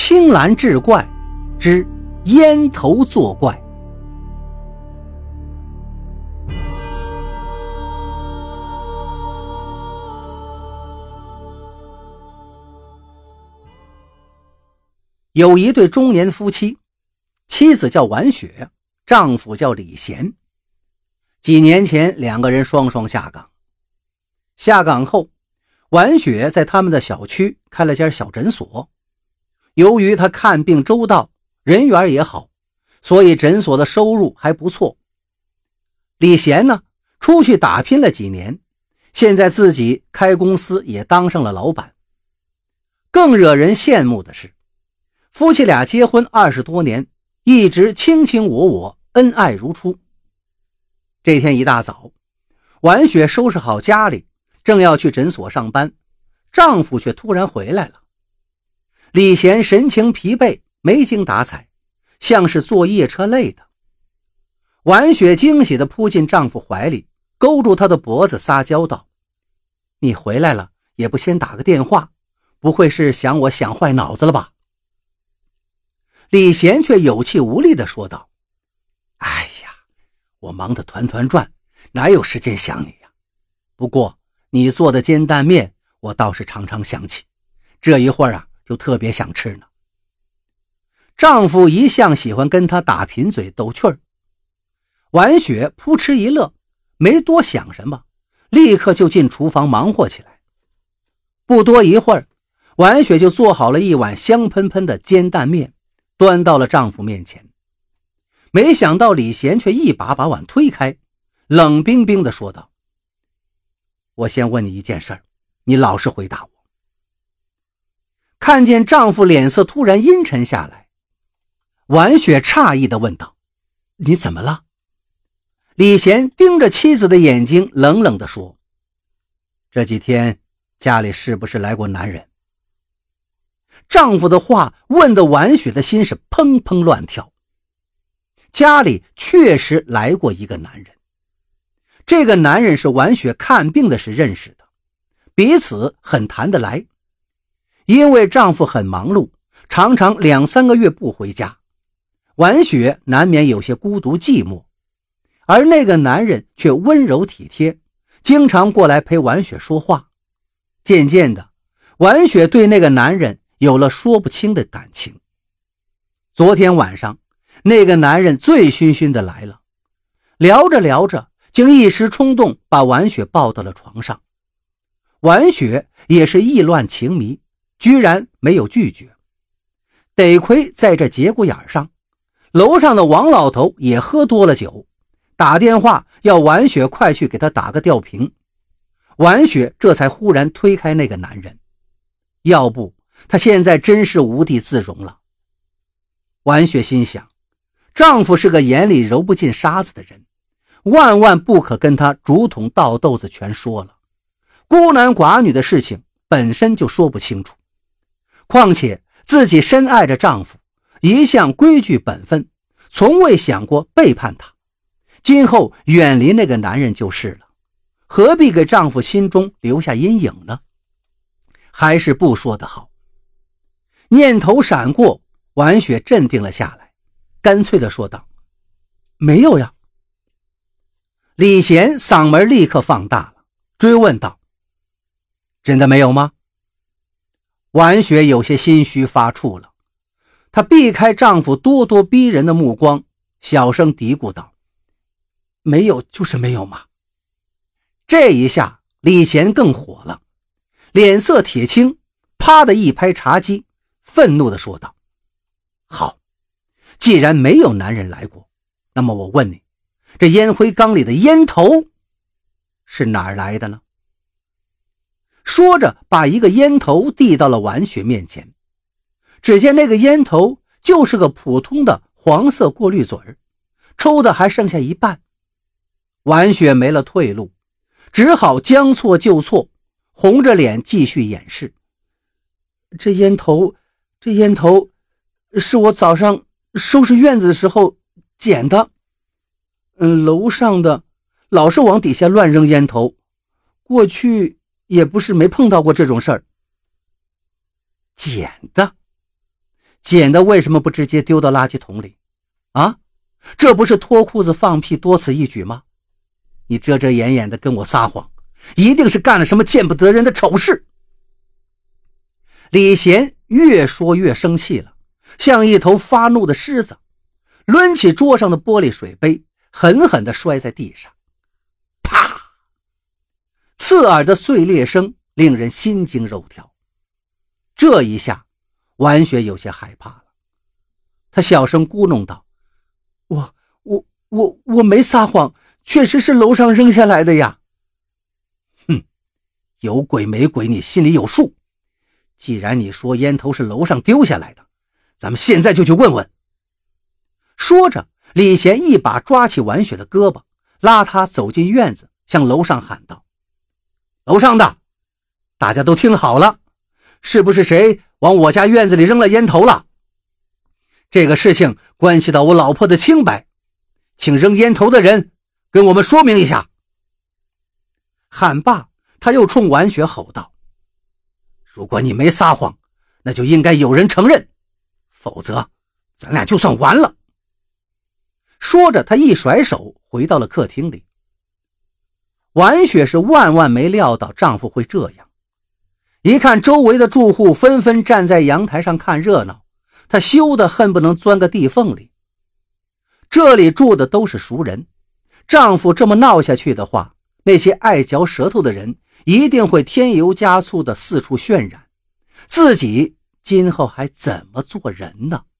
青蓝志怪之烟头作怪。有一对中年夫妻，妻子叫婉雪，丈夫叫李贤。几年前两个人双双下岗。下岗后，婉雪在他们的小区开了家小诊所。由于她看病周到，人缘也好，所以诊所的收入还不错。李贤呢，出去打拼了几年，现在自己开公司也当上了老板。更惹人羡慕的是，夫妻俩结婚20多年，一直卿卿我我，恩爱如初。这天一大早，婉雪收拾好家里，正要去诊所上班，丈夫却突然回来了。李贤神情疲惫，没精打采，像是坐夜车累的。婉雪惊喜地扑进丈夫怀里，勾住他的脖子撒娇道：“你回来了也不先打个电话，不会是想我想坏脑子了吧？”李贤却有气无力地说道：“哎呀，我忙得团团转，哪有时间想你呀？不过你做的煎蛋面我倒是常常想起，这一会儿就特别想吃呢。”丈夫一向喜欢跟她打贫嘴逗趣儿，婉雪扑哧一乐，没多想什么，立刻就进厨房忙活起来。不多一会儿，婉雪就做好了一碗香喷喷的煎蛋面，端到了丈夫面前。没想到李贤却一把把碗推开，冷冰冰地说道：“我先问你一件事，你老实回答我。”看见丈夫脸色突然阴沉下来，婉雪诧异地问道：“你怎么了？”李贤盯着妻子的眼睛，冷冷地说：“这几天家里是不是来过男人？”丈夫的话问得婉雪的心是砰砰乱跳。家里确实来过一个男人，这个男人是婉雪看病的时认识的，彼此很谈得来。因为丈夫很忙碌，常常2-3个月不回家，婉雪难免有些孤独寂寞，而那个男人却温柔体贴，经常过来陪婉雪说话。渐渐的，婉雪对那个男人有了说不清的感情。昨天晚上，那个男人醉醺醺的来了，聊着聊着，竟一时冲动把婉雪抱到了床上。婉雪也是意乱情迷，居然没有拒绝。得亏在这节骨眼上，楼上的王老头也喝多了酒，打电话要婉雪快去给他打个吊瓶。婉雪这才忽然推开那个男人，要不她现在真是无地自容了。婉雪心想，丈夫是个眼里揉不进沙子的人，万万不可跟他竹筒倒豆子全说了。孤男寡女的事情本身就说不清楚，况且自己深爱着丈夫，一向规矩本分，从未想过背叛他，今后远离那个男人就是了，何必给丈夫心中留下阴影呢？还是不说的好。念头闪过，婉雪镇定了下来，干脆地说道：“没有呀。”李贤嗓门立刻放大了，追问道：“真的没有吗？”婉雪有些心虚发怵了，她避开丈夫咄咄逼人的目光，小声嘀咕道：“没有就是没有嘛。”这一下李贤更火了，脸色铁青，啪的一拍茶几，愤怒地说道：“好，既然没有男人来过，那么我问你，这烟灰缸里的烟头是哪儿来的呢？”说着把一个烟头递到了婉雪面前。只见那个烟头就是个普通的黄色过滤嘴，抽的还剩下一半。婉雪没了退路，只好将错就错，红着脸继续掩饰：“这烟头是我早上收拾院子的时候捡的。楼上的老是往底下乱扔烟头，过去也不是没碰到过这种事儿。”捡的？ 捡的为什么不直接丢到垃圾桶里？啊，这不是脱裤子放屁多此一举吗？你遮遮掩掩的跟我撒谎，一定是干了什么见不得人的丑事。李贤越说越生气了，像一头发怒的狮子，抡起桌上的玻璃水杯，狠狠地摔在地上。啪！刺耳的碎裂声令人心惊肉跳。这一下婉雪有些害怕了，她小声咕哝道：我没撒谎，确实是楼上扔下来的呀。哼，有鬼没鬼你心里有数。既然你说烟头是楼上丢下来的，咱们现在就去问问。说着，李贤一把抓起婉雪的胳膊，拉她走进院子，向楼上喊道：楼上的，大家都听好了，是不是谁往我家院子里扔了烟头了？这个事情关系到我老婆的清白，请扔烟头的人跟我们说明一下。喊罢，他又冲婉雪吼道：如果你没撒谎，那就应该有人承认，否则咱俩就算完了。说着，他一甩手回到了客厅里。婉雪是万万没料到丈夫会这样，一看周围的住户纷纷站在阳台上看热闹，她羞得恨不能钻个地缝里。这里住的都是熟人，丈夫这么闹下去的话，那些爱嚼舌头的人一定会添油加醋的四处渲染，自己今后还怎么做人呢？